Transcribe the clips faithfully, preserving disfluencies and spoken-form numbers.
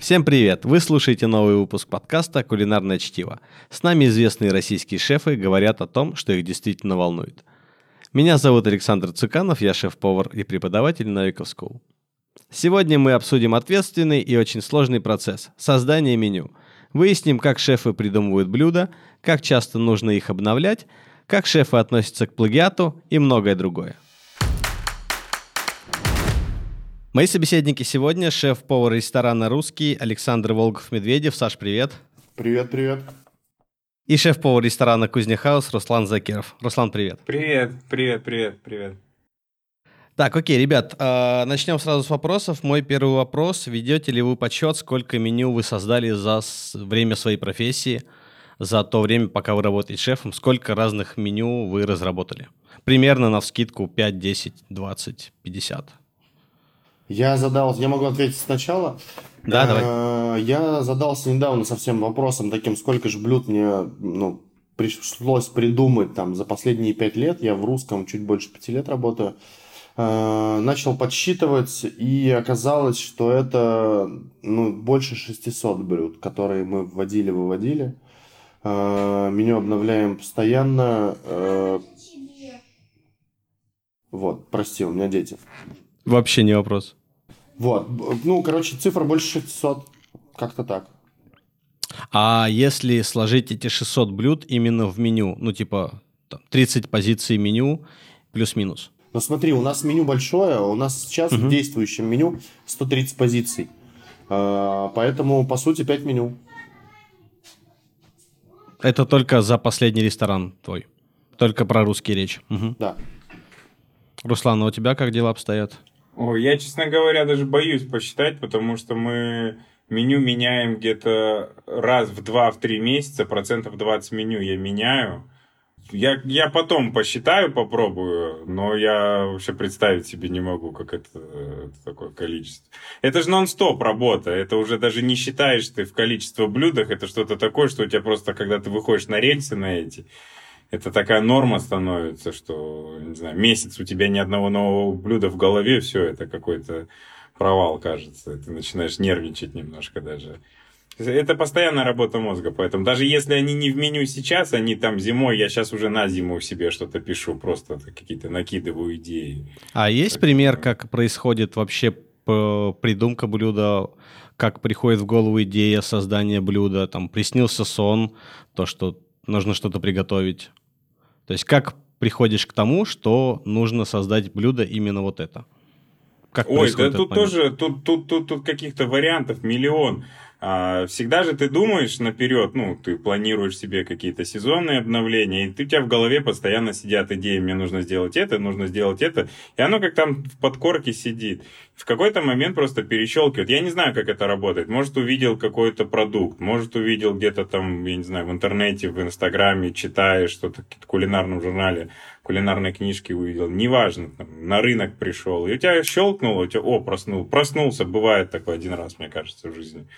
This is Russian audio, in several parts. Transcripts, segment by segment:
Всем привет! Вы слушаете новый выпуск подкаста «Кулинарное чтиво». С нами известные российские шефы говорят о том, что их действительно волнует. Меня зовут Александр Цуканов, я шеф-повар и преподаватель Novikov School. Сегодня мы обсудим ответственный и очень сложный процесс – создание меню. Выясним, как шефы придумывают блюда, как часто нужно их обновлять, как шефы относятся к плагиату и многое другое. Мои собеседники сегодня – шеф-повар ресторана «Русский» Александр Волков-Медведев. Саш, привет. Привет, привет. И шеф-повар ресторана «Кузня Хаус» Руслан Закиров. Руслан, привет. Привет, привет, привет, привет. Так, окей, ребят, э, начнем сразу с вопросов. Мой первый вопрос. Ведете ли вы подсчет, сколько меню вы создали за время своей профессии, за то время, пока вы работаете шефом? Сколько разных меню вы разработали? Примерно навскидку пять, десять, двадцать, пятьдесят. Я задался, я могу ответить сначала. Да, давай. Я задался недавно совсем вопросом таким, сколько же блюд мне ну, пришлось придумать там за последние пять лет. Я в русском чуть больше пяти лет работаю. Начал подсчитывать, и оказалось, что это ну, больше шестисот блюд, которые мы вводили-выводили. Меню обновляем постоянно. Вот, прости, у меня дети. Вообще не вопрос. Вот, ну, короче, цифра больше шестисот, как-то так. А если сложить эти шестьсот блюд именно в меню, ну, типа там, тридцать позиций меню плюс-минус? Ну, смотри, у нас меню большое, у нас сейчас угу. в действующем меню сто тридцать позиций, поэтому, по сути, пять меню. Это только за последний ресторан твой? Только про русский речь? Угу. Да. Руслан, а у тебя как дела обстоят? Ой, я, честно говоря, даже боюсь посчитать, потому что мы меню меняем где-то раз в два-три месяца, процентов двадцать меню я меняю. Я, я потом посчитаю, попробую, но я вообще представить себе не могу, как это, это такое количество. Это же нон-стоп работа, это уже даже не считаешь ты в количество блюдах, это что-то такое, что у тебя просто, когда ты выходишь на рельсы на эти, это такая норма становится, что, не знаю, месяц у тебя ни одного нового блюда в голове, все, это какой-то провал, кажется. Ты начинаешь нервничать немножко даже. Это постоянная работа мозга, поэтому даже если они не в меню сейчас, они там зимой, я сейчас уже на зиму себе что-то пишу, просто какие-то накидываю идеи. А есть так, пример, как происходит вообще придумка блюда, как приходит в голову идея создания блюда, там приснился сон, то, что нужно что-то приготовить. То есть как приходишь к тому, что нужно создать блюдо именно вот это? Как Ой, да тут тоже, тут, тут, тут, тут каких-то вариантов миллион. А, всегда же ты думаешь наперед, ну, ты планируешь себе какие-то сезонные обновления, и у тебя в голове постоянно сидят идеи, мне нужно сделать это, нужно сделать это, и оно как там в подкорке сидит. В какой-то момент просто перещелкивает. Я не знаю, как это работает. Может, увидел какой-то продукт, может, увидел где-то там, я не знаю, в интернете, в Инстаграме, читаешь что-то в кулинарном журнале, кулинарной книжке увидел, неважно, там, на рынок пришел, и у тебя щелкнуло, у тебя, о, проснул, проснулся, бывает такой один раз, мне кажется, в жизни.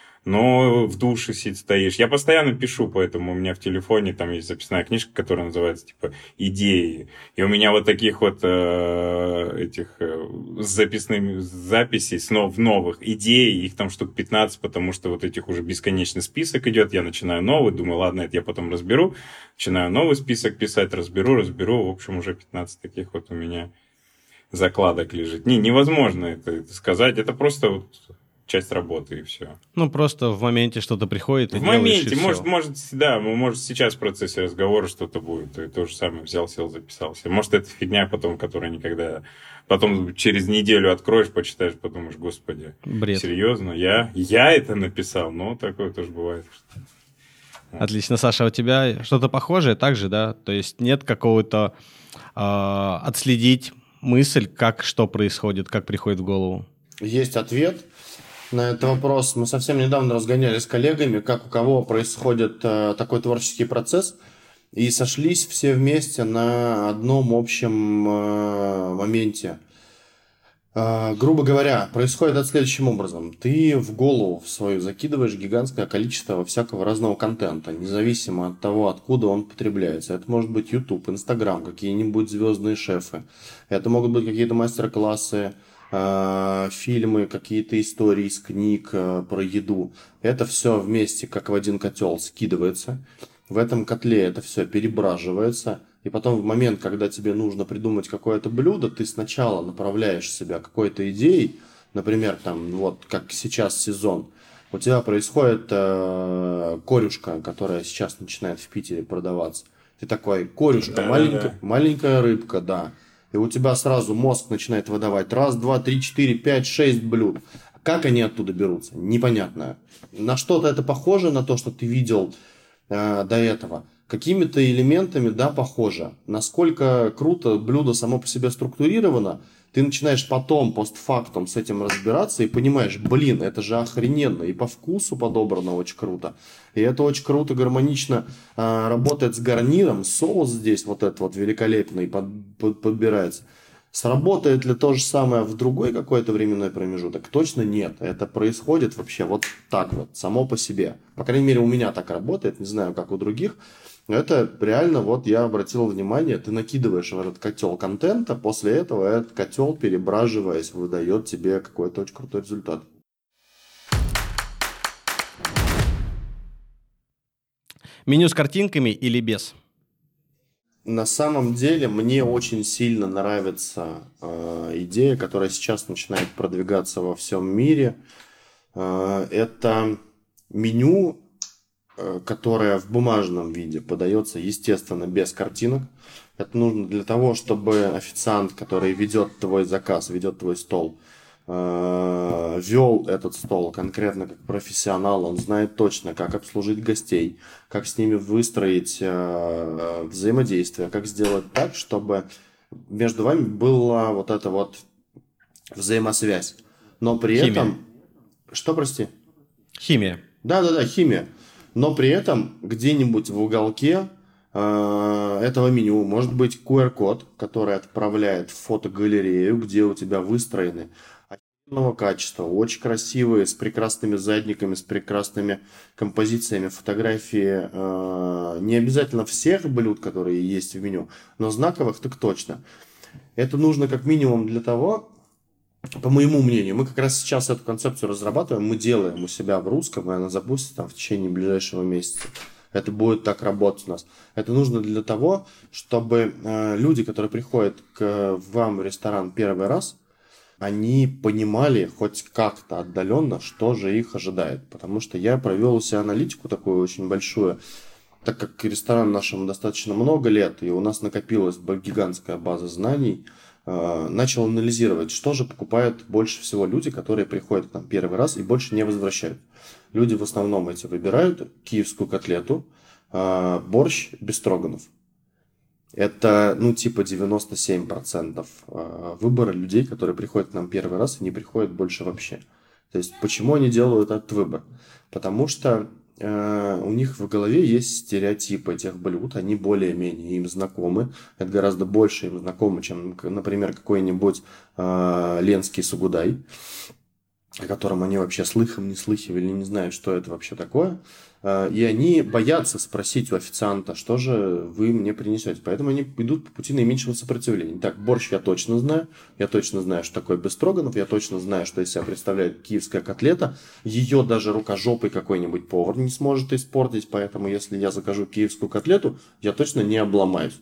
Но в душе сидишь, стоишь. Я постоянно пишу, поэтому у меня в телефоне там есть записная книжка, которая называется типа «Идеи». И у меня вот таких вот э, этих э, с записными записей с нов, новых идей, их там штук пятнадцать, потому что вот этих уже бесконечный список идет. Я начинаю новый, думаю, ладно, это я потом разберу. Начинаю новый список писать, разберу, разберу. В общем, уже пятнадцать таких вот у меня закладок лежит. Не, невозможно это, это сказать. Это просто вот часть работы и все. Ну, просто в моменте что-то приходит, и в моменте, и может, все. может, да, может, сейчас в процессе разговора что-то будет, и то же самое взял, сел, записался. Может, это фигня потом, которая никогда... Потом через неделю откроешь, почитаешь, подумаешь, господи, бред. Серьезно? Я, я это написал? Ну, такое тоже бывает. Отлично, Саша, а у тебя что-то похожее также, да? То есть нет какого-то э, отследить мысль, как что происходит, как приходит в голову? Есть ответ на этот вопрос. Мы совсем недавно разгоняли с коллегами, как у кого происходит э, такой творческий процесс, и сошлись все вместе на одном общем э, моменте. Э, грубо говоря, происходит это следующим образом. Ты в голову свою закидываешь гигантское количество всякого разного контента, независимо от того, откуда он потребляется. Это может быть YouTube, Instagram, какие-нибудь звездные шефы. Это могут быть какие-то мастер-классы, э, фильмы, какие-то истории из книг э, про еду. Это все вместе, как в один котел, скидывается. В этом котле это все перебраживается. И потом в момент, когда тебе нужно придумать какое-то блюдо, ты сначала направляешь себя какой-то идеей, например, там, вот как сейчас сезон, у тебя происходит э, корюшка, которая сейчас начинает в Питере продаваться. Ты такой, корюшка, Да, маленькая, да, да. маленькая рыбка, да. И у тебя сразу мозг начинает выдавать раз, два, три, четыре, пять, шесть блюд. Как они оттуда берутся? Непонятно. На что-то это похоже, на то, что ты видел э, до этого. Какими-то элементами, да, похоже. Насколько круто блюдо само по себе структурировано, ты начинаешь потом, постфактум, с этим разбираться и понимаешь, блин, это же охрененно, и по вкусу подобрано очень круто. И это очень круто, гармонично э, работает с гарниром, соус здесь вот этот вот великолепный под, под- подбирается. Сработает ли то же самое в другой какой-то временной промежуток? Точно нет. Это происходит вообще вот так вот, само по себе. По крайней мере, у меня так работает, не знаю, как у других. Но это реально, вот я обратил внимание, ты накидываешь в этот котел контента, после этого этот котел, перебраживаясь, выдает тебе какой-то очень крутой результат. Меню с картинками или без? На самом деле мне очень сильно нравится э, идея, которая сейчас начинает продвигаться во всем мире. Э, это меню, э, которое в бумажном виде подается, естественно, без картинок. Это нужно для того, чтобы официант, который ведет твой заказ, ведет твой стол, э, вел этот стол конкретно как профессионал. Он знает точно, как обслужить гостей, как с ними выстроить э, взаимодействие, как сделать так, чтобы между вами была вот эта вот взаимосвязь. Но при Химия. этом... Что, прости? Химия. Да-да-да, химия. Но при этом где-нибудь в уголке э, этого меню может быть ку ар код, который отправляет в фотогалерею, где у тебя выстроены офигенного качества, очень красивые, с прекрасными задниками, с прекрасными композициями фотографии. э, не обязательно всех блюд, которые есть в меню, но знаковых так точно. Это нужно как минимум для того, по моему мнению, мы как раз сейчас эту концепцию разрабатываем, мы делаем у себя в русском, и она запустится там в течение ближайшего месяца. Это будет так работать у нас. Это нужно для того, чтобы э, люди, которые приходят к вам в ресторан первый раз, они понимали хоть как-то отдаленно, что же их ожидает. Потому что я провел у себя аналитику такую очень большую, так как ресторан нашему достаточно много лет, и у нас накопилась гигантская база знаний, э, начал анализировать, что же покупают больше всего люди, которые приходят к нам первый раз и больше не возвращают. Люди в основном эти выбирают киевскую котлету, э, борщ без строганов. Это, ну, типа девяносто семь процентов э, выбора людей, которые приходят к нам первый раз и не приходят больше вообще. То есть, почему они делают этот выбор? Потому что э, у них в голове есть стереотипы этих блюд, они более-менее им знакомы. Это гораздо больше им знакомы, чем, например, какой-нибудь э, ленский сугудай, о котором они вообще слыхом не слыхивали, не знают, что это вообще такое. И они боятся спросить у официанта, что же вы мне принесете. Поэтому они идут по пути наименьшего сопротивления. Так, борщ я точно знаю. Я точно знаю, что такое бестроганов. Я точно знаю, что из себя представляет киевская котлета. Ее даже рукожопый какой-нибудь повар не сможет испортить. Поэтому, если я закажу киевскую котлету, я точно не обломаюсь.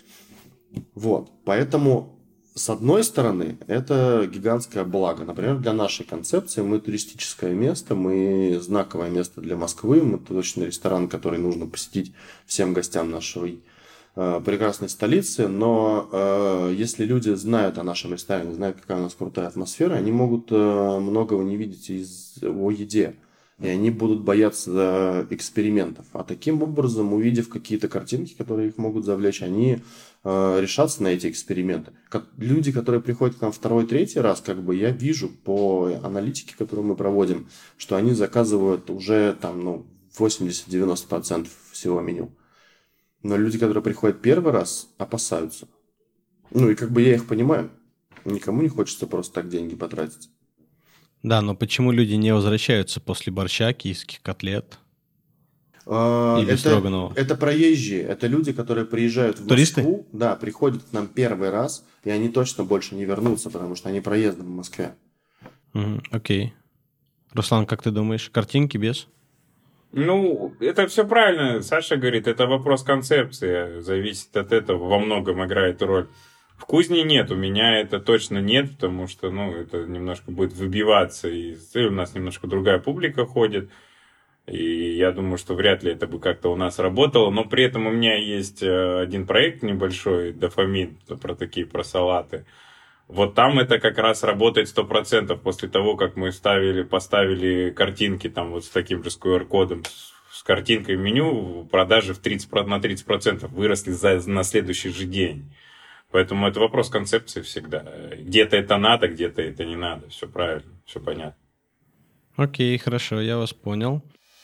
Вот. Поэтому... С одной стороны, это гигантское благо. Например, для нашей концепции мы туристическое место, мы знаковое место для Москвы, мы точно ресторан, который нужно посетить всем гостям нашей э, прекрасной столицы. Но э, если люди знают о нашем ресторане, знают, какая у нас крутая атмосфера, они могут э, многого не видеть из о еде. И они будут бояться экспериментов. А таким образом, увидев какие-то картинки, которые их могут завлечь, они э, решатся на эти эксперименты. Как люди, которые приходят к нам второй, третий раз, как бы я вижу по аналитике, которую мы проводим, что они заказывают уже там, ну, восемьдесят-девяносто процентов всего меню. Но люди, которые приходят первый раз, опасаются. Ну и как бы я их понимаю. Никому не хочется просто так деньги потратить. Да, но почему люди не возвращаются после борща, киевских котлет? А, И без Это, Строганова. это проезжие, это люди, которые приезжают в Туристы? Москву, да, приходят к нам первый раз, и они точно больше не вернутся, потому что они проездом в Москве. Мгм, окей. Руслан, как ты думаешь, картинки без? Ну, это все правильно. Саша говорит, это вопрос концепции. Зависит от этого, во многом играет роль. В кузне нет, у меня это точно нет, потому что, ну, это немножко будет выбиваться. И у нас немножко другая публика ходит. И я думаю, что вряд ли это бы как-то у нас работало. Но при этом у меня есть э, один проект небольшой, дофамин, про такие, про салаты. Вот там это как раз работает сто процентов после того, как мы ставили, поставили картинки там вот с таким же с ку ар кодом, с, с картинкой меню, продажи в тридцать, на тридцать процентов выросли за, на следующий же день. Поэтому это вопрос концепции всегда. Где-то это надо, где-то это не надо. Все правильно, все понятно. Окей, хорошо, я вас понял.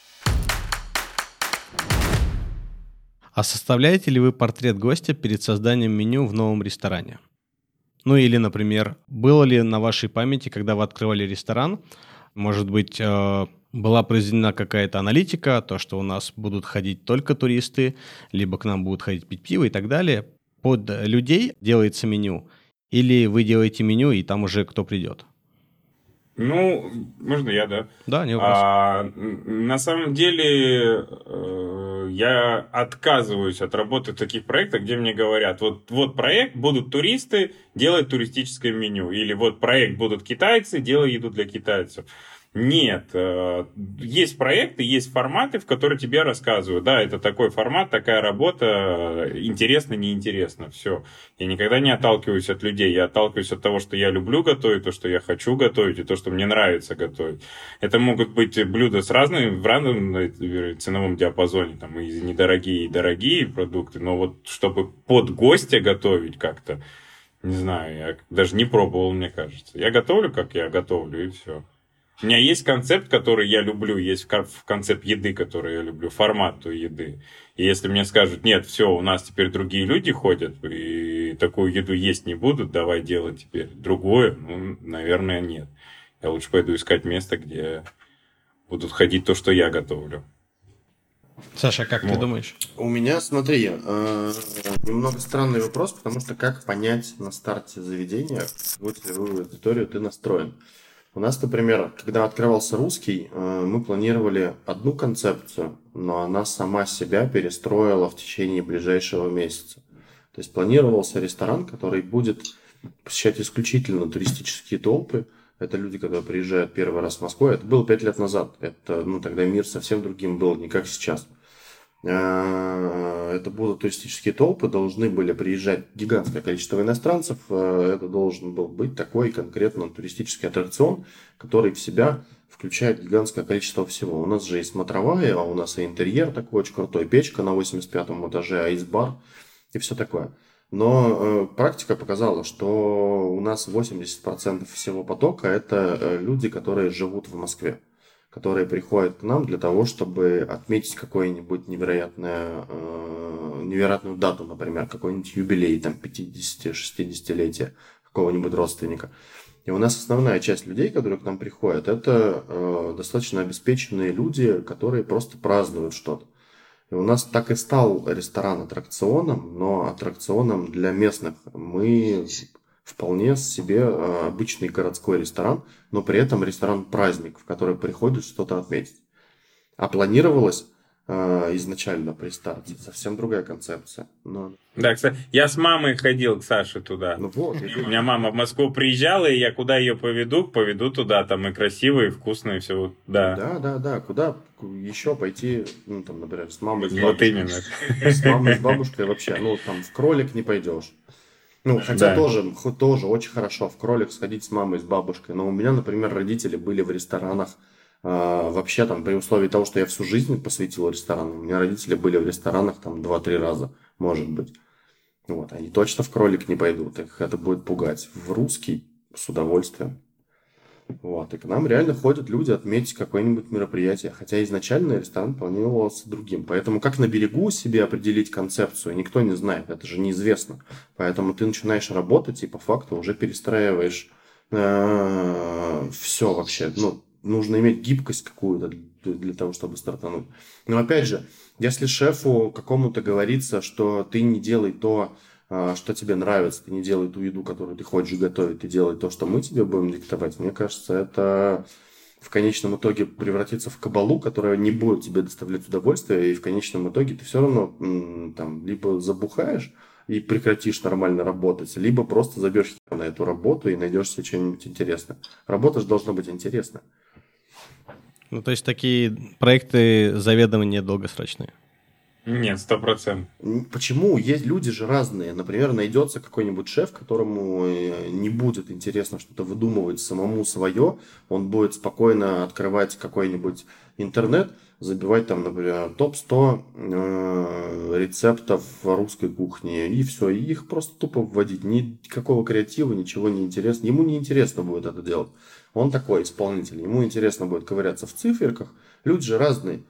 А составляете ли вы портрет гостя перед созданием меню в новом ресторане? Ну или, например, было ли на вашей памяти, когда вы открывали ресторан, может быть, э, была произведена какая-то аналитика, то, что у нас будут ходить только туристы, либо к нам будут ходить пить пиво и так далее. Под людей делается меню, или вы делаете меню, и там уже кто придет? Ну, можно я, да? Да, не вопрос. А, на самом деле, э, я отказываюсь от работы в таких проектах, где мне говорят, вот, вот проект, будут туристы, делай туристическое меню. Или вот проект, будут китайцы, делай еду для китайцев. Нет, э, есть проекты, есть форматы, в которые тебе рассказывают. Да, это такой формат, такая работа, интересно, неинтересно, все. Я никогда не отталкиваюсь от людей, я отталкиваюсь от того, что я люблю готовить, то, что я хочу готовить, и то, что мне нравится готовить. Это могут быть блюда с разными, в разном ценовом диапазоне, там и недорогие, и дорогие продукты, но вот чтобы под гостя готовить как-то, не знаю, я даже не пробовал, мне кажется. Я готовлю, как я готовлю, и все. У меня есть концепт, который я люблю, есть концепт еды, который я люблю, формат той еды. И если мне скажут, нет, все, у нас теперь другие люди ходят, и такую еду есть не будут, давай делать теперь другое, ну, наверное, нет. Я лучше пойду искать место, где будут ходить то, что я готовлю. Саша, как Вот. ты думаешь? У меня, смотри, э, немного странный вопрос, потому что как понять на старте заведения, какую целевую аудиторию ты настроен? У нас, например, когда открывался русский, э, мы планировали одну концепцию, но она сама себя перестроила в течение ближайшего месяца. То есть планировался ресторан, который будет посещать исключительно туристические толпы. Это люди, которые приезжают первый раз в Москву. Это было пять лет назад. Это, ну, тогда мир совсем другим был, не как сейчас. Это будут туристические толпы, должны были приезжать гигантское количество иностранцев. Это должен был быть такой конкретно туристический аттракцион, который в себя включает гигантское количество всего. У нас же есть смотровая, а у нас и интерьер такой очень крутой, печка на восемьдесят пятом этаже, айс-бар и все такое. Но э, практика показала, что у нас восемьдесят процентов всего потока это э, люди, которые живут в Москве, которые приходят к нам для того, чтобы отметить какую-нибудь невероятную, э, невероятную дату, например, какой-нибудь юбилей, там, пятидесяти-шестидесятилетия какого-нибудь родственника. И у нас основная часть людей, которые к нам приходят, это э, достаточно обеспеченные люди, которые просто празднуют что-то. И у нас так и стал ресторан аттракционом, но аттракционом для местных. Мы вполне себе обычный городской ресторан, но при этом ресторан-праздник, в который приходят что-то отметить. А планировалось э, изначально при старте совсем другая концепция. Но... Да, кстати, я с мамой ходил к Саше туда. Ну вот. У меня мама в Москву приезжала, и я куда ее поведу, поведу туда, там и красиво, и вкусно, и все. Да, да, да, да. Куда еще пойти, ну, там, например, с мамой, с вот бабушкой. именно. С мамой, с бабушкой вообще, ну, там, в кролик не пойдешь. Ну, хотя Да. тоже, тоже очень хорошо в кролик сходить с мамой, с бабушкой. Но у меня, например, родители были в ресторанах. Uh, вообще там при условии того, что я всю жизнь посвятил ресторану, у меня родители были в ресторанах там два-три раза, может быть. Вот, они точно в кролик не пойдут, их это будет пугать. В русский с удовольствием. Вот, и к нам реально ходят люди отметить какое-нибудь мероприятие, хотя изначально ресторан планировался другим. Поэтому как на берегу себе определить концепцию, никто не знает, это же неизвестно. Поэтому ты начинаешь работать и по факту уже перестраиваешь э, все вообще, ну, нужно иметь гибкость какую-то для того, чтобы стартануть. Но опять же, если шефу какому-то говорится, что ты не делай то, что тебе нравится, ты не делай ту еду, которую ты хочешь готовить, ты делай то, что мы тебе будем диктовать, мне кажется, это в конечном итоге превратится в кабалу, которая не будет тебе доставлять удовольствие, и в конечном итоге ты все равно там либо забухаешь и прекратишь нормально работать, либо просто забьешь на эту работу и найдешь себе что-нибудь интересное. Работа же должна быть интересна. Ну, то есть такие проекты заведомо недолгосрочные? Нет, сто процентов. Почему? Есть люди же разные. Например, найдется какой-нибудь шеф, которому не будет интересно что-то выдумывать самому свое. Он будет спокойно открывать какой-нибудь интернет, забивать там, например, топ сто э, рецептов русской кухни. И все. И их просто тупо вводить. Никакого креатива, ничего не интересно. Ему не интересно будет это делать. Он такой исполнитель. Ему интересно будет ковыряться в циферках. Люди же разные.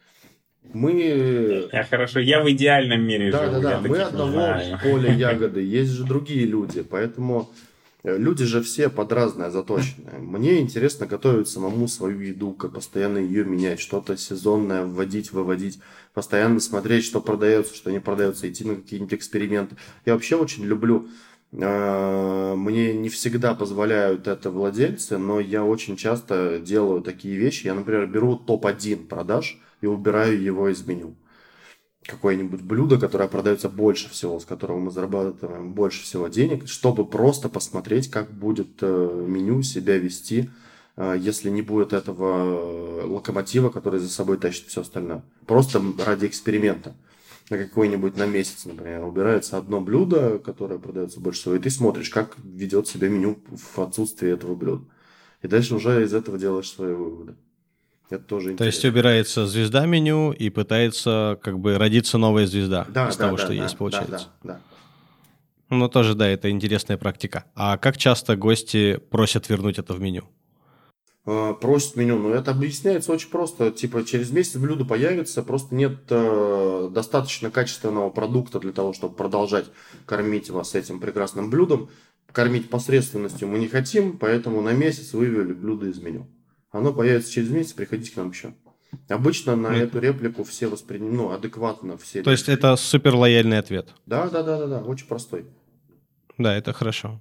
Мы... Я хорошо, я в идеальном мире да, живу. Да, да, мы одного поля ягоды, есть же другие люди, поэтому люди же все под разное заточены. Мне интересно готовить самому свою еду, как постоянно ее менять, что-то сезонное вводить, выводить, постоянно смотреть, что продается, что не продается, идти на какие-нибудь эксперименты. Я вообще очень люблю, мне не всегда позволяют это владельцы, но я очень часто делаю такие вещи. Я, например, беру топ один продаж и убираю его из меню. Какое-нибудь блюдо, которое продается больше всего, с которого мы зарабатываем больше всего денег, чтобы просто посмотреть, как будет меню себя вести, если не будет этого локомотива, который за собой тащит все остальное. Просто ради эксперимента. На какой-нибудь на месяц, например, убирается одно блюдо, которое продается больше всего, и ты смотришь, как ведет себя меню в отсутствии этого блюда. И дальше уже из этого делаешь свои выводы. Это тоже интересно. То есть убирается звезда меню и пытается как бы родиться новая звезда да, из да, того, да, что да, есть, получается. Да, да, да. Ну, тоже, да, это интересная практика. А как часто гости просят вернуть это в меню? Просят меню, но это объясняется очень просто. Типа через месяц блюдо появится, просто нет э, достаточно качественного продукта для того, чтобы продолжать кормить вас этим прекрасным блюдом. Кормить посредственностью мы не хотим, поэтому на месяц вывели блюдо из меню. Оно появится через месяц, приходите к нам еще. Обычно на mm. эту реплику все воспринимают, ну, адекватно все. То есть это супер лояльный ответ? Да, да, да, да, да, очень простой. Да, это хорошо.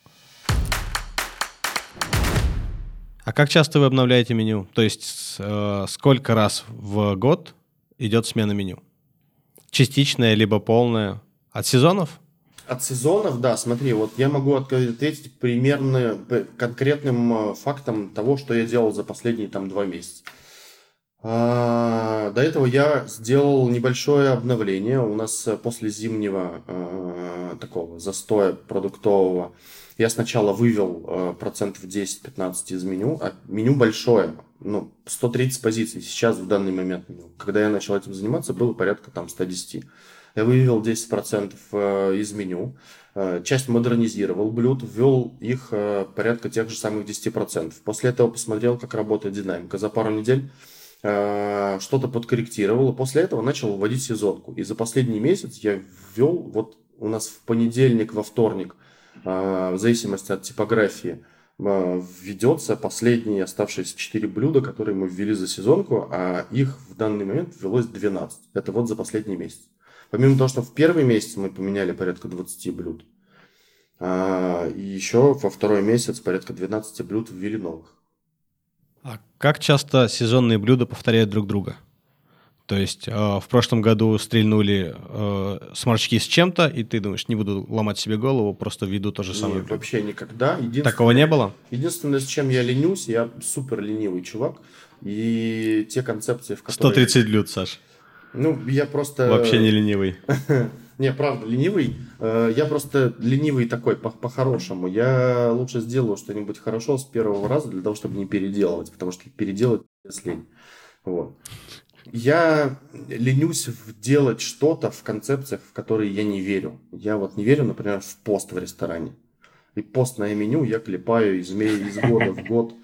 А как часто вы обновляете меню? То есть э, сколько раз в год идет смена меню? Частичная либо полная? От сезонов? От сезонов, да, смотри, вот я могу ответить примерно конкретным фактом того, что я делал за последние там два месяца. А, до этого я сделал небольшое обновление. У нас после зимнего а, такого застоя продуктового я сначала вывел а, процентов десять-пятнадцать из меню. А меню большое, ну, сто тридцать позиций сейчас в данный момент меню. Когда я начал этим заниматься, было порядка там сто десять. Я вывел десять процентов из меню, часть модернизировал блюд, ввел их порядка тех же самых десять процентов. После этого посмотрел, как работает динамика. За пару недель что-то подкорректировал, и после этого начал вводить сезонку. И за последний месяц я ввел, вот у нас в понедельник, во вторник, в зависимости от типографии, введется последние оставшиеся четыре блюда, которые мы ввели за сезонку, а их в данный момент ввелось двенадцать. Это вот за последний месяц. Помимо того, что в первый месяц мы поменяли порядка двадцать блюд, а, и еще во второй месяц порядка двенадцать блюд ввели новых. А как часто сезонные блюда повторяют друг друга? То есть э, в прошлом году стрельнули э, сморчки с чем-то, и ты думаешь, не буду ломать себе голову, просто введу то же самое. Нет, вообще никогда. Такого не было? Единственное, с чем я ленюсь, я супер ленивый чувак, и те концепции, в которые... сто тридцать блюд, Саш. Ну, я просто... Вообще не ленивый. Не, правда, ленивый. Я просто ленивый такой, по-хорошему. Я лучше сделаю что-нибудь хорошо с первого раза, для того, чтобы не переделывать, потому что переделать – лень. Вот. Я ленюсь делать что-то в концепциях, в которые я не верю. Я вот не верю, например, в пост в ресторане. И постное меню я клепаю из, из года в год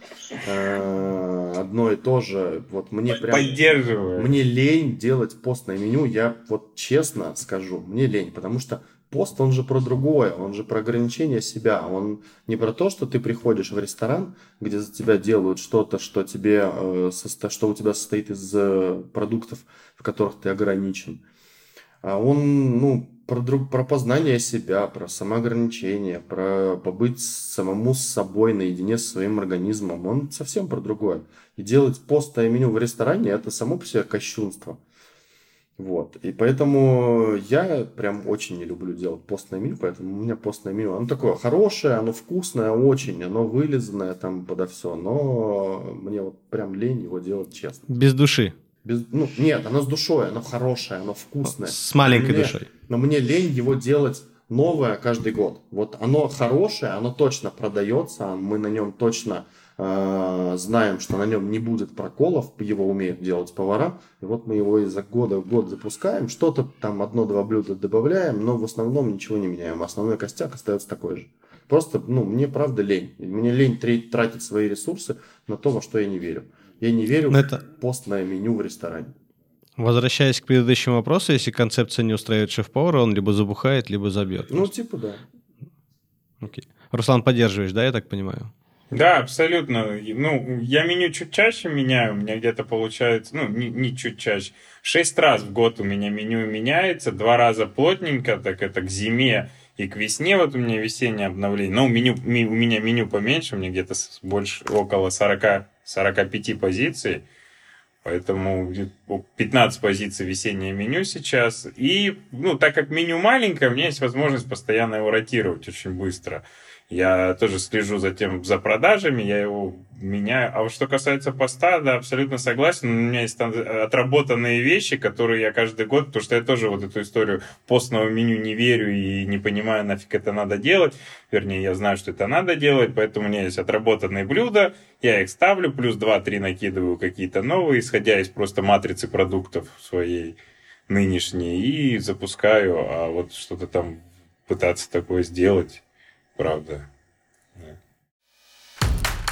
э, одно и то же. Вот мне прям... Поддерживаю. Мне лень делать постное меню. Я вот честно скажу, мне лень, потому что Пост, он же про другое, он же про ограничение себя, он не про то, что ты приходишь в ресторан, где за тебя делают что-то, что тебе, э, состо... что у тебя состоит из э, продуктов, в которых ты ограничен. А он, ну, про, друг, про познание себя, про самоограничение, про побыть самому с собой наедине с своим организмом. Он совсем про другое. И делать постное меню в ресторане – это само по себе кощунство. Вот. И поэтому я прям очень не люблю делать постное меню, поэтому у меня постное меню, оно такое хорошее, оно вкусное очень, оно вылизанное там подо все, но мне вот прям лень его делать честно. Без души. Без, ну, нет, оно с душой, оно хорошее, оно вкусное. С маленькой но мне, душой. Но мне лень его делать новое каждый год. Вот оно хорошее, оно точно продается, мы на нем точно э, знаем, что на нем не будет проколов, его умеют делать повара. И вот мы его из года в год запускаем, что-то там одно-два блюда добавляем, но в основном ничего не меняем. Основной костяк остается такой же. Просто, ну, мне правда лень. Мне лень тратить свои ресурсы на то, во что я не верю. Я не верю это... в постное меню в ресторане. Возвращаясь к предыдущему вопросу, если концепция не устраивает шеф-повара, он либо забухает, либо забьет. Ну, типа, да. Окей. Руслан, поддерживаешь, да, я так понимаю? Да, абсолютно. Ну, я меню чуть чаще меняю, у меня где-то получается, ну, не, не чуть чаще, шесть раз в год у меня меню меняется, два раза плотненько, так это к зиме и к весне, вот у меня весеннее обновление. Ну, меню, у меня меню поменьше, у меня где-то больше, около сорок, сорок пять позиций. Поэтому пятнадцать позиций весеннее меню сейчас. И, ну, так как меню маленькое, у меня есть возможность постоянно его ротировать очень быстро. Я тоже слежу за тем, за продажами, я его меняю. А вот что касается поста, да, абсолютно согласен. У меня есть там отработанные вещи, которые я каждый год, потому что я тоже вот эту историю постного меню не верю и не понимаю, нафиг это надо делать. Вернее, я знаю, что это надо делать, поэтому у меня есть отработанные блюда, я их ставлю, плюс два-три накидываю какие-то новые, исходя из просто матрицы продуктов своей нынешней, и запускаю, а вот что-то там пытаться такое сделать. Правда. Да.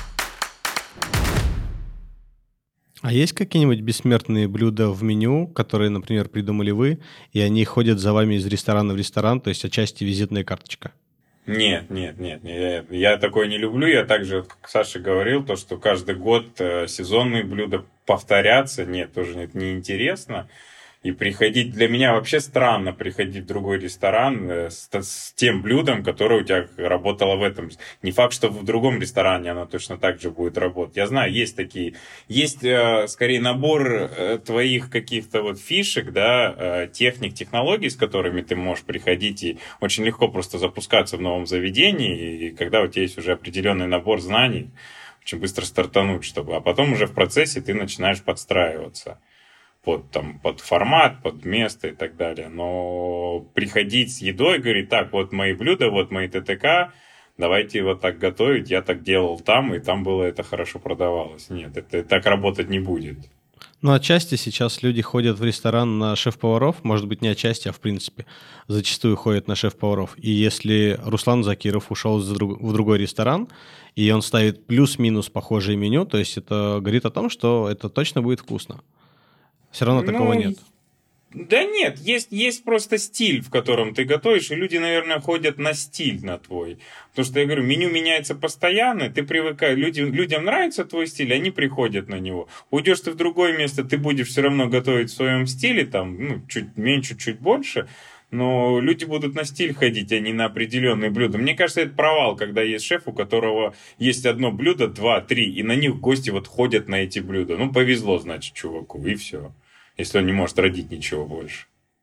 А есть какие-нибудь бессмертные блюда в меню, которые, например, придумали вы, и они ходят за вами из ресторана в ресторан, то есть отчасти визитная карточка? Нет, нет, нет, я, я такое не люблю. Я также, как Саша говорил, то, что каждый год сезонные блюда повторятся. Нет, тоже нет, неинтересно. И приходить, для меня вообще странно приходить в другой ресторан с, с тем блюдом, которое у тебя работало в этом. Не факт, что в другом ресторане оно точно так же будет работать. Я знаю, есть такие, есть э, скорее набор э, твоих каких-то вот фишек, да, э, техник, технологий, с которыми ты можешь приходить и очень легко просто запускаться в новом заведении. И когда у тебя есть уже определенный набор знаний, очень быстро стартануть, чтобы, а потом уже в процессе ты начинаешь подстраиваться. Под, там, под формат, под место и так далее. Но приходить с едой, говорить, так, вот мои блюда, вот мои ТТК, давайте вот так готовить, я так делал там, и там было это хорошо продавалось. Нет, это так работать не будет. Ну, отчасти сейчас люди ходят в ресторан на шеф-поваров, может быть, не отчасти, а в принципе, зачастую ходят на шеф-поваров. И если Руслан Закиров ушел в другой ресторан, и он ставит плюс-минус похожее меню, то есть это говорит о том, что это точно будет вкусно. Все равно ну, такого нет. Да нет, есть, есть просто стиль, в котором ты готовишь, и люди, наверное, ходят на стиль на твой. Потому что, я говорю, меню меняется постоянно, ты привыкаешь, люди, людям нравится твой стиль, они приходят на него. Уйдешь ты в другое место, ты будешь все равно готовить в своем стиле, там, ну, чуть меньше, чуть больше, но люди будут на стиль ходить, а не на определенные блюда. Мне кажется, это провал, когда есть шеф, у которого есть одно блюдо, два, три, и на них гости вот ходят на эти блюда. Ну, повезло, значит, чуваку, и все. Если он не может родить ничего больше.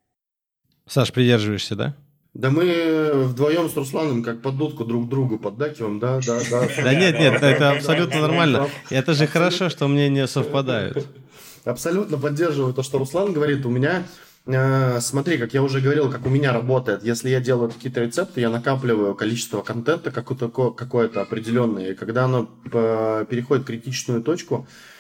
Саш, придерживаешься, да? Да мы вдвоем с Русланом как под дудку друг другу поддакиваем, да, да, да. Да нет, нет, это абсолютно нормально. Это же хорошо, что мнения совпадают. Абсолютно поддерживаю то, что Руслан говорит. У меня, э, смотри, как я уже говорил, как у меня работает. Если я делаю какие-то рецепты, я накапливаю количество контента какое-то, какое-то определенное. И когда оно переходит в критичную точку,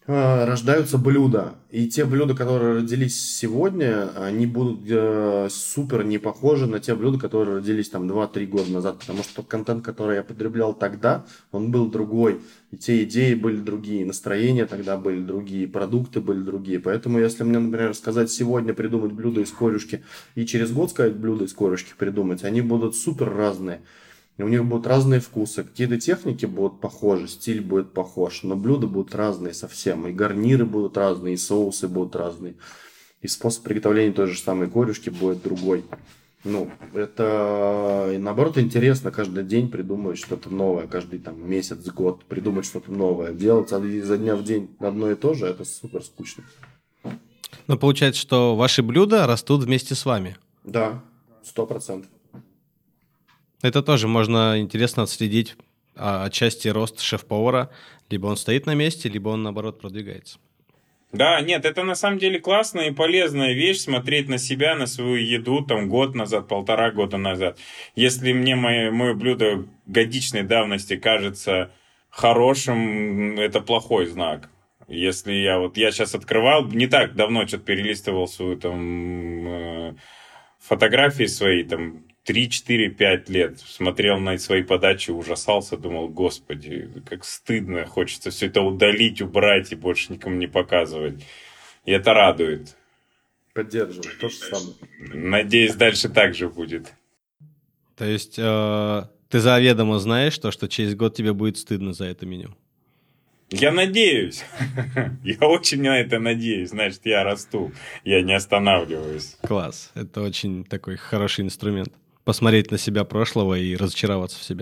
э, рождаются блюда. И те блюда, которые родились сегодня, они будут э, супер не похожи на те блюда, которые родились там два-три года назад. Потому что тот контент, который я потреблял тогда, он был другой. И те идеи были другие, настроения тогда были другие, продукты были другие. Поэтому если мне, например, сказать сегодня придумать блюдо из корюшки и через год сказать блюдо из корюшки придумать, они будут супер разные. И у них будут разные вкусы. Какие-то техники будут похожи, стиль будет похож, но блюда будут разные совсем. И гарниры будут разные, и соусы будут разные. И способ приготовления той же самой корюшки будет другой. Ну, это, и наоборот, интересно каждый день придумывать что-то новое, каждый там месяц, год придумать что-то новое. Делать изо дня в день одно и то же, это супер скучно. Но получается, что ваши блюда растут вместе с вами. Да, сто процентов. Это тоже можно интересно отследить а, отчасти рост шеф-повара. Либо он стоит на месте, либо он, наоборот, продвигается. Да, нет, это на самом деле классная и полезная вещь, смотреть на себя, на свою еду там год назад, полтора года назад. Если мне мое, мое блюдо годичной давности кажется хорошим, это плохой знак. Если я вот, я сейчас открывал, не так давно что-то перелистывал свою там э, фотографии свои, там, три, четыре, пять лет, смотрел на свои подачи, ужасался, думал, господи, как стыдно, хочется все это удалить, убрать и больше никому не показывать. И это радует. Поддерживаю, то же самое. Надеюсь, дальше так же будет. То есть э, ты заведомо знаешь то, что через год тебе будет стыдно за это меню? Я надеюсь. Я очень на это надеюсь. Значит, я расту, я не останавливаюсь. Класс. Это очень такой хороший инструмент. Посмотреть на себя прошлого и разочароваться в себе.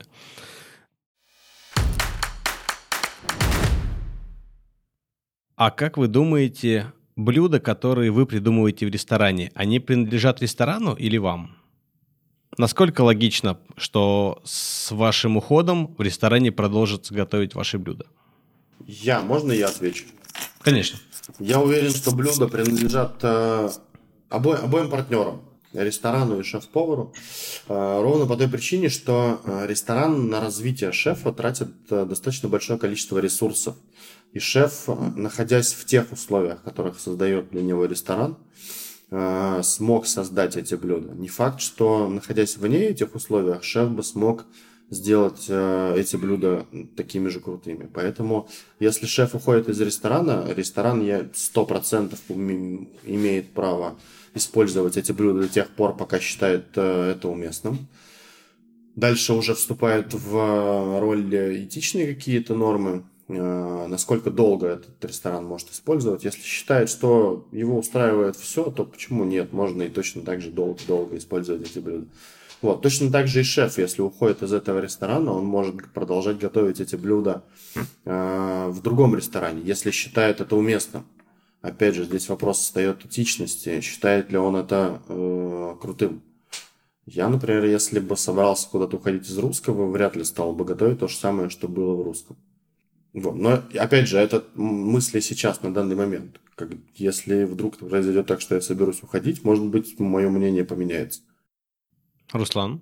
А как вы думаете, блюда, которые вы придумываете в ресторане, они принадлежат ресторану или вам? Насколько логично, что с вашим уходом в ресторане продолжат готовить ваши блюда? Я, можно я отвечу? Конечно. Я уверен, что блюда принадлежат э, обо, обоим партнерам, ресторану и шеф-повару, э, ровно по той причине, что э, ресторан на развитие шефа тратит э, достаточно большое количество ресурсов. И шеф, э, находясь в тех условиях, которых создает для него ресторан, э, смог создать эти блюда. Не факт, что, находясь вне этих условий, шеф бы смог сделать э, эти блюда такими же крутыми. Поэтому, если шеф уходит из ресторана, ресторан я сто процентов имеет право использовать эти блюда до тех пор, пока считает э, это уместным. Дальше уже вступает в роль этичные какие-то нормы, э, насколько долго этот ресторан может использовать. Если считает, что его устраивает все, то почему нет? Можно и точно так же долго-долго использовать эти блюда. Вот. Точно так же и шеф, если уходит из этого ресторана, он может продолжать готовить эти блюда э, в другом ресторане, если считает это уместным. Опять же, здесь вопрос встает этичности, считает ли он это э, крутым. Я, например, если бы собрался куда-то уходить из русского, вряд ли стал бы готовить то же самое, что было в русском. Вот. Но, опять же, это мысли сейчас, на данный момент. Как, если вдруг произойдет так, что я соберусь уходить, может быть, мое мнение поменяется. Руслан?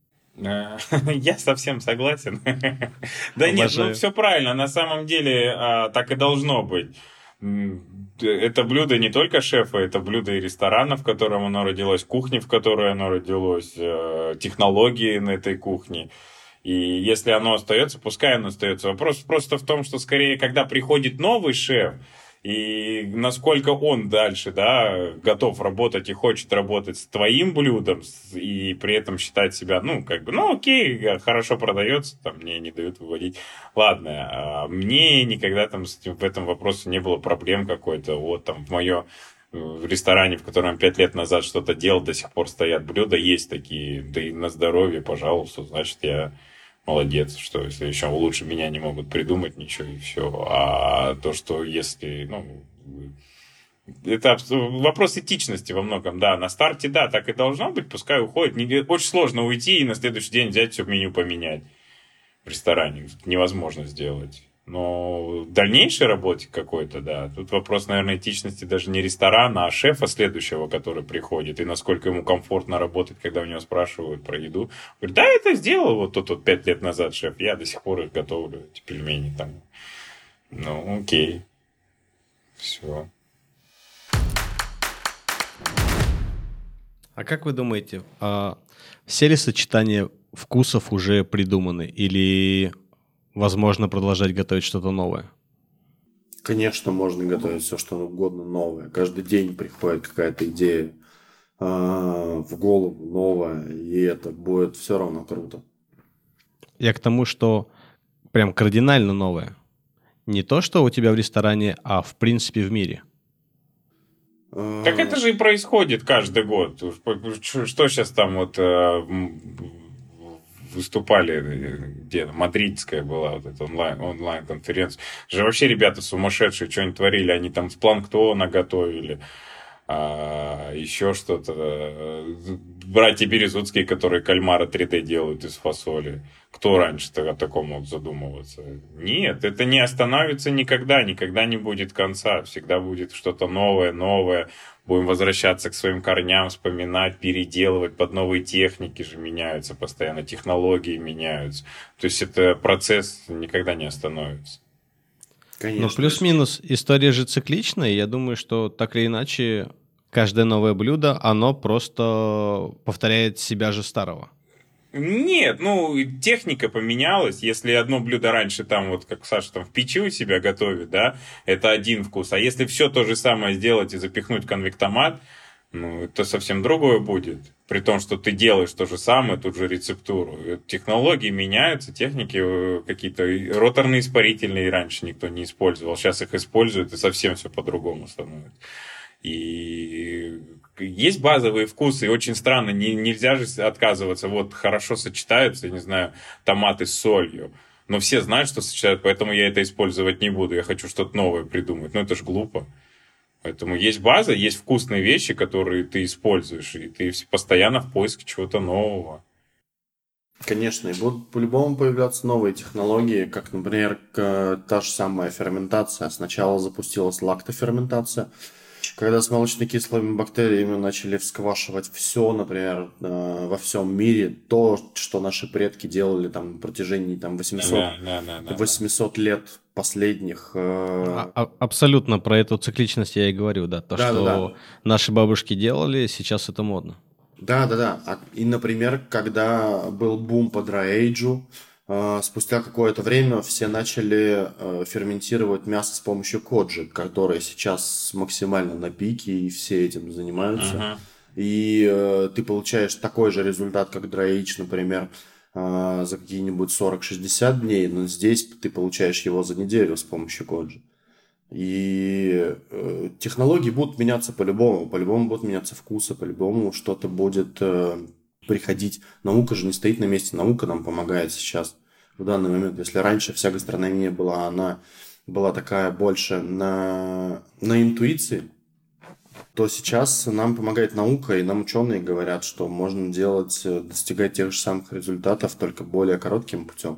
Я совсем согласен. Да нет, ну все правильно. На самом деле так и должно быть. Это блюдо не только шефа, это блюдо и ресторана, в котором оно родилось, кухни, в которой оно родилось, технологии на этой кухне. И если оно остается, пускай оно остается. Вопрос просто в том, что скорее, когда приходит новый шеф, и насколько он дальше, да, готов работать и хочет работать с твоим блюдом, и при этом считать себя, ну, как бы, ну, окей, хорошо продается, там, мне не дают выводить. Ладно, а мне никогда там с этим, в этом вопросе не было проблем какой-то. Вот там в моем в ресторане, в котором пять лет назад что-то делал, до сих пор стоят блюда, есть такие, да и на здоровье, пожалуйста, значит, я... Молодец, что если еще лучше меня не могут придумать ничего и все. А то, что если, ну, это вопрос этичности во многом, да. На старте, да, так и должно быть, пускай уходит. Очень сложно уйти и на следующий день взять все меню поменять в ресторане. Невозможно сделать. Но в дальнейшей работе какой-то, да, тут вопрос, наверное, этичности даже не ресторана, а шефа следующего, который приходит, и насколько ему комфортно работать, когда у него спрашивают про еду. Говорит, да, это сделал вот тот вот пять лет назад шеф, я до сих пор их готовлю, эти пельмени там. Ну, окей. Все. А как вы думаете, а все ли сочетания вкусов уже придуманы или возможно продолжать готовить что-то новое? Конечно, можно готовить все, что угодно новое. Каждый день приходит какая-то идея а, в голову новая, и это будет все равно круто. Я к тому, что прям кардинально новое. Не то, что у тебя в ресторане, а в принципе в мире. Так это же и происходит каждый год. Что сейчас там вот выступали, где мадридская была вот эта онлайн, онлайн-конференция. Же вообще ребята сумасшедшие, что они творили. Они там с планктона готовили. А, еще что-то. Братья Березутские, которые кальмара три дэ делают из фасоли. Кто раньше-то о таком мог задумываться? Нет, это не остановится никогда, никогда не будет конца. Всегда будет что-то новое, новое. Будем возвращаться к своим корням, вспоминать, переделывать. Под новые техники же меняются постоянно, технологии меняются. То есть это процесс никогда не остановится. Конечно. Но плюс-минус история же цикличная. Я думаю, что так или иначе каждое новое блюдо, оно просто повторяет себя же старого. Нет, ну, техника поменялась. Если одно блюдо раньше там, вот как Саша там в печи у себя готовит, да, это один вкус. А если все то же самое сделать и запихнуть в конвектомат, ну, это совсем другое будет. При том, что ты делаешь то же самое, ту же рецептуру. Технологии меняются, техники какие-то роторные испарительные раньше никто не использовал. Сейчас их используют, и совсем все по-другому становится. И есть базовые вкусы, и очень странно, не, нельзя же отказываться. Вот хорошо сочетаются, я не знаю, томаты с солью. Но все знают, что сочетают, поэтому я это использовать не буду. Я хочу что-то новое придумать. Но это же глупо. Поэтому есть база, есть вкусные вещи, которые ты используешь, и ты постоянно в поиске чего-то нового. Конечно, и будут по-любому появляться новые технологии, как, например, та же самая ферментация. Сначала запустилась лактоферментация, когда с молочно-кислыми бактериями начали всквашивать все, например, во всем мире, то, что наши предки делали там на протяжении там, восемьсот, да, да, да, да, восемьсот лет последних. А, а, абсолютно про эту цикличность я и говорю, да, то, да, что да, да. наши бабушки делали, сейчас это модно. Да, да, да. И, например, когда был бум по драй-эйджу, спустя какое-то время все начали ферментировать мясо с помощью коджи, которое сейчас максимально на пике, и все этим занимаются. Uh-huh. И э, ты получаешь такой же результат, как драй-эйдж, например, э, за какие-нибудь сорок-шестьдесят дней, но здесь ты получаешь его за неделю с помощью коджи. И э, технологии будут меняться по-любому, по-любому будут меняться вкусы, по-любому что-то будет э, приходить. Наука же не стоит на месте, наука нам помогает сейчас в данный момент. Если раньше вся гастрономия была, она была такая больше на, на интуиции, то сейчас нам помогает наука, и нам ученые говорят, что можно делать, достигать тех же самых результатов, только более коротким путем.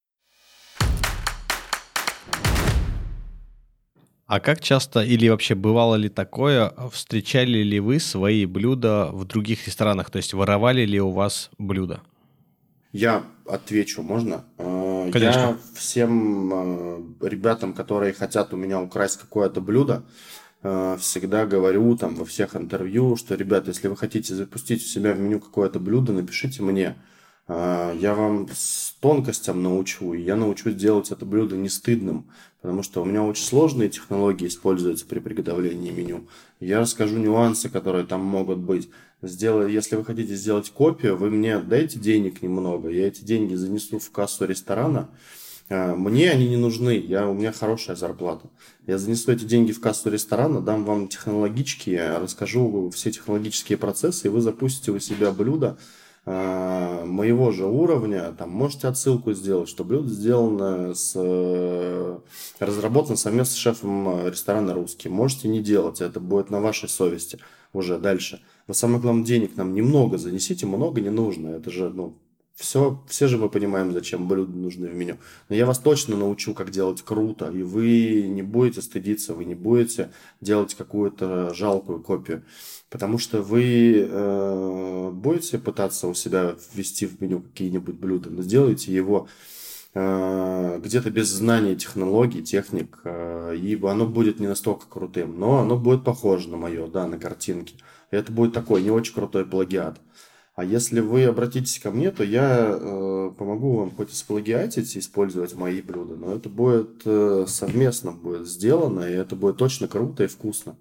А как часто или вообще бывало ли такое, встречали ли вы свои блюда в других ресторанах? То есть воровали ли у вас блюда? Я отвечу, можно? Конечно. Я всем ребятам, которые хотят у меня украсть какое-то блюдо, всегда говорю там во всех интервью, что, ребята, если вы хотите запустить у себя в меню какое-то блюдо, напишите мне. Я вам с тонкостям научу, и я научу делать это блюдо не стыдным, потому что у меня очень сложные технологии используются при приготовлении меню. Я расскажу нюансы, которые там могут быть. Сделай, если вы хотите сделать копию, вы мне дайте денег немного, я эти деньги занесу в кассу ресторана. Мне они не нужны, я, у меня хорошая зарплата. Я занесу эти деньги в кассу ресторана, дам вам технологические, расскажу все технологические процессы, и вы запустите у себя блюдо моего же уровня. Там можете отсылку сделать, что блюдо сделано с разработано совместно с шефом ресторана «Русский». Можете не делать, это будет на вашей совести уже дальше. Но самое главное, денег нам немного занесите, много не нужно. Это же, ну, все, все же мы понимаем, зачем блюда нужны в меню. Но я вас точно научу, как делать круто, и вы не будете стыдиться, вы не будете делать какую-то жалкую копию. Потому что вы э, будете пытаться у себя ввести в меню какие-нибудь блюда, но сделайте его э, где-то без знания технологий, техник, э, и оно будет не настолько крутым, но оно будет похоже на мое, да, на картинки. И это будет такой не очень крутой плагиат. А если вы обратитесь ко мне, то я э, помогу вам хоть и сплагиатить, использовать мои блюда, но это будет э, совместно будет сделано, и это будет точно круто и вкусно.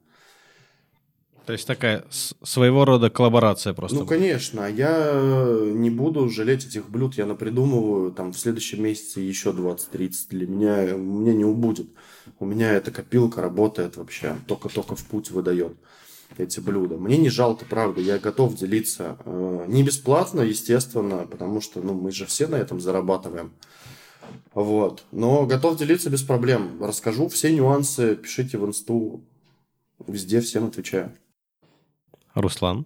То есть такая с- своего рода коллаборация просто. Ну, конечно, я не буду жалеть этих блюд, я напридумываю там в следующем месяце еще двадцать-тридцать, для меня, мне не убудет. У меня эта копилка работает вообще, только-только в путь выдает эти блюда. Мне не жалко, правда, я готов делиться. Э, Не бесплатно, естественно, потому что ну, мы же все на этом зарабатываем. Вот. Но готов делиться без проблем. Расскажу все нюансы, пишите в инсту, везде всем отвечаю. Руслан?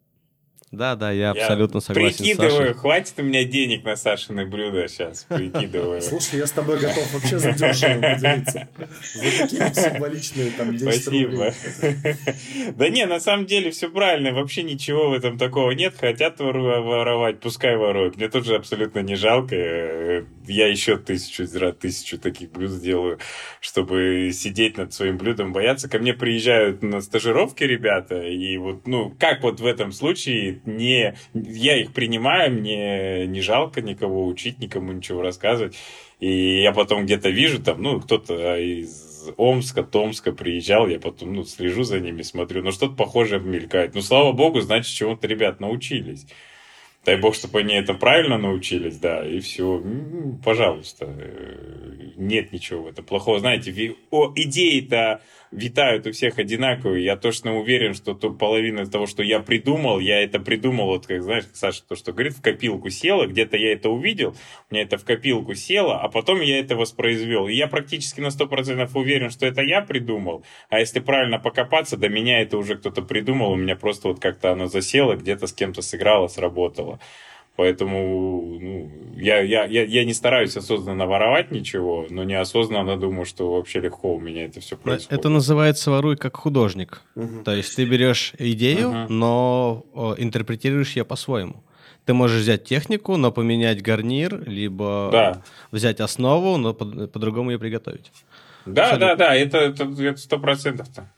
Да, да, я Я абсолютно согласен с прикидываю, Сашей. хватит у меня денег на Сашины блюда сейчас, прикидываю. Слушай, я с тобой готов вообще задешево поделиться. За какие-нибудь символичные там десять рублей. Спасибо. Да не, на самом деле все правильно, вообще ничего в этом такого нет. Хотят вору- воровать, пускай воруют. Мне тоже абсолютно не жалко. Э, Я еще тысячу, раз тысячу таких блюд сделаю, чтобы сидеть над своим блюдом, бояться. Ко мне приезжают на стажировки ребята, и вот, ну, как вот в этом случае не... Я их принимаю, мне не жалко никого учить, никому ничего рассказывать. И я потом где-то вижу, там, ну, кто-то из Омска, Томска приезжал, я потом, ну, слежу за ними, смотрю, ну, что-то похожее мелькает. Ну, слава богу, значит, чему-то ребят научились. Дай бог, чтобы они это правильно научились, да, и все. Пожалуйста. Нет ничего в этом плохого. Знаете, ви- о, идеи-то витают у всех одинаковые. Я точно уверен, что то половина того, что я придумал, я это придумал, вот как, знаешь, Саша то, что говорит, в копилку село, где-то я это увидел, у меня это в копилку село, а потом я это воспроизвел. И я практически на сто процентов уверен, что это я придумал, а если правильно покопаться, до меня это уже кто-то придумал, у меня просто вот как-то оно засело, где-то с кем-то сыграло, сработало. Поэтому ну, я, я, я, я не стараюсь осознанно воровать ничего, но неосознанно думаю, что вообще легко у меня это все происходит. Это называется воруй как художник. Мгм. То есть ты берешь идею, Мгм. но о, интерпретируешь ее по-своему. Ты можешь взять технику, но поменять гарнир, либо Да. взять основу, но по- по-другому ее приготовить. Да, Абсолютно. да, да, это это это сто процентов-то.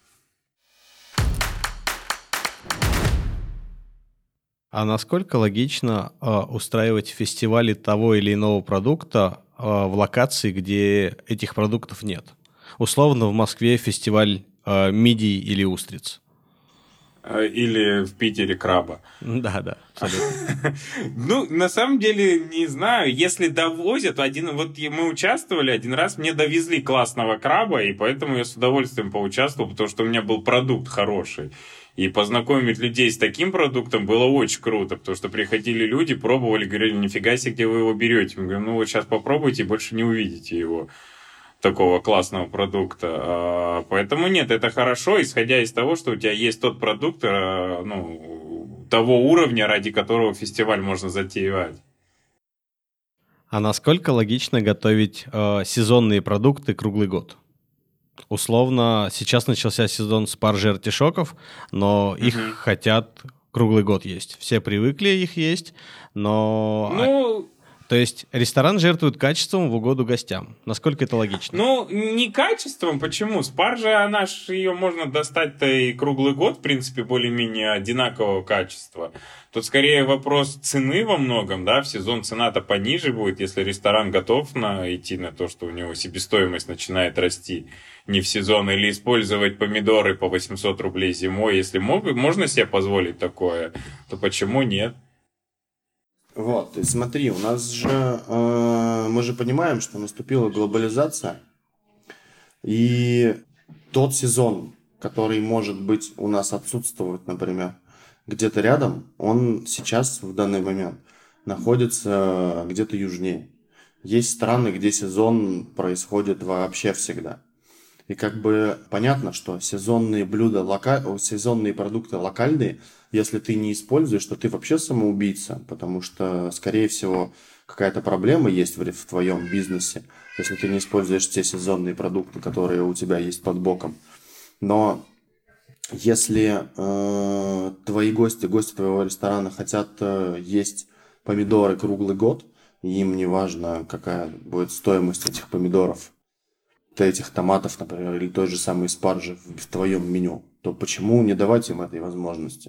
А насколько логично э, устраивать фестивали того или иного продукта э, в локации, где этих продуктов нет? Условно, в Москве фестиваль э, мидий или устриц. Э, Или в Питере краба. Да, да, абсолютно. Ну, на самом деле, не знаю. Если довозят, один, вот и мы участвовали один раз, мне довезли классного краба, и поэтому я с удовольствием поучаствовал, потому что у меня был продукт хороший. И познакомить людей с таким продуктом было очень круто, потому что приходили люди, пробовали, говорили, нифига себе, где вы его берете. Мы говорим, ну вот сейчас попробуйте, больше не увидите его, такого классного продукта. А, Поэтому нет, это хорошо, исходя из того, что у тебя есть тот продукт, а, ну, того уровня, ради которого фестиваль можно затевать. А насколько логично готовить э, сезонные продукты круглый год? Условно, сейчас начался сезон спаржи и артишоков, но их Мгм. хотят круглый год есть. Все привыкли их есть, но... а- Ну, То есть ресторан жертвует качеством в угоду гостям. Насколько это логично? Ну, не качеством, почему? Спаржа, она ж, ее можно достать-то и круглый год, в принципе, более-менее одинакового качества. Тут скорее вопрос цены во многом, да, в сезон цена-то пониже будет, если ресторан готов на, идти на то, что у него себестоимость начинает расти не в сезон, или использовать помидоры по восемьсот рублей зимой, если мог, можно себе позволить такое, то почему нет? Вот, и смотри, у нас же, э, мы же понимаем, что наступила глобализация, и тот сезон, который может быть у нас отсутствовать, например, где-то рядом, он сейчас в данный момент находится где-то южнее. Есть страны, где сезон происходит вообще всегда. И как бы понятно, что сезонные блюда, лока... о, сезонные продукты локальные, если ты не используешь, то ты вообще самоубийца, потому что, скорее всего, какая-то проблема есть в, в твоем бизнесе, если ты не используешь те сезонные продукты, которые у тебя есть под боком. Но если э, твои гости, гости твоего ресторана хотят э, есть помидоры круглый год, и им не важно, какая будет стоимость этих помидоров, этих томатов, например, или той же самой спаржи в твоем меню, то почему не давать им этой возможности?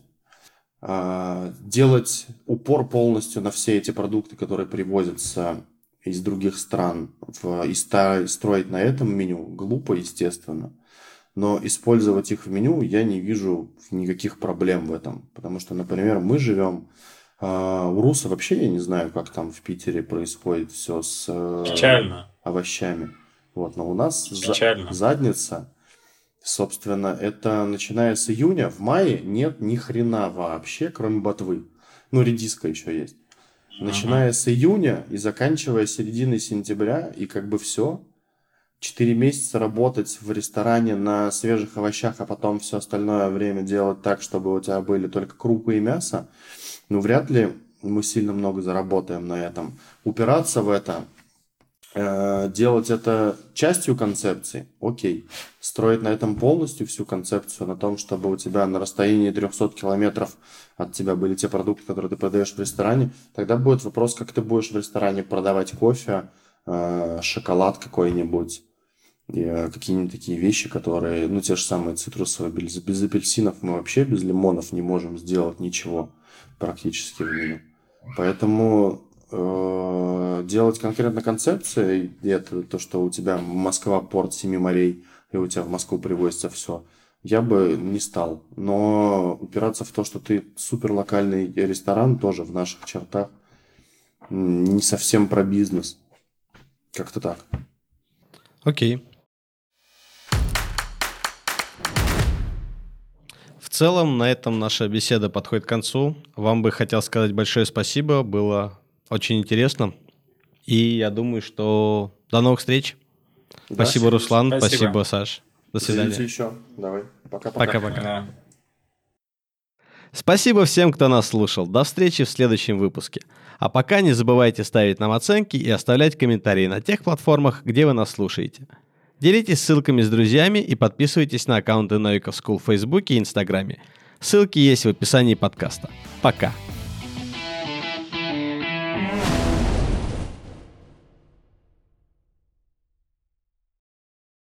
Делать упор полностью на все эти продукты, которые привозятся из других стран, в, и строить на этом меню глупо, естественно. Но использовать их в меню я не вижу никаких проблем в этом. Потому что, например, мы живем... Uh, у Руса вообще я не знаю, как там в Питере происходит все с uh, овощами. Вот, но у нас за- задница, собственно, это начиная с июня, в мае нет ни хрена вообще, кроме ботвы. Ну, редиска еще есть. Начиная uh-huh. с июня и заканчивая серединой сентября, и как бы все. Четыре месяца работать в ресторане на свежих овощах, а потом все остальное время делать так, чтобы у тебя были только крупы и мясо. Ну, вряд ли мы сильно много заработаем на этом. Упираться в это, э, делать это частью концепции, окей. Строить на этом полностью всю концепцию, на том, чтобы у тебя на расстоянии трехсот километров от тебя были те продукты, которые ты продаешь в ресторане, тогда будет вопрос, как ты будешь в ресторане продавать кофе, э, шоколад какой-нибудь, и, э, какие-нибудь такие вещи, которые, ну, те же самые цитрусовые, без, без апельсинов мы вообще, без лимонов не можем сделать ничего практически в меню. Поэтому э, делать конкретно концепции, и это то, что у тебя Москва, порт семи морей, и у тебя в Москву привозится все, я бы не стал. Но упираться в то, что ты суперлокальный ресторан, тоже в наших чертах, не совсем про бизнес. Как-то так. Окей. В целом, на этом наша беседа подходит к концу. Вам бы хотел сказать большое спасибо, было очень интересно. И я думаю, что до новых встреч. Да, спасибо, Руслан, спасибо, спасибо Саш. До свидания. Увидимся еще. Давай. Пока-пока. Пока-пока. Да. Спасибо всем, кто нас слушал. До встречи в следующем выпуске. А пока не забывайте ставить нам оценки и оставлять комментарии на тех платформах, где вы нас слушаете. Делитесь ссылками с друзьями и подписывайтесь на аккаунты Новиков School в Фейсбуке и Инстаграме. Ссылки есть в описании подкаста. Пока!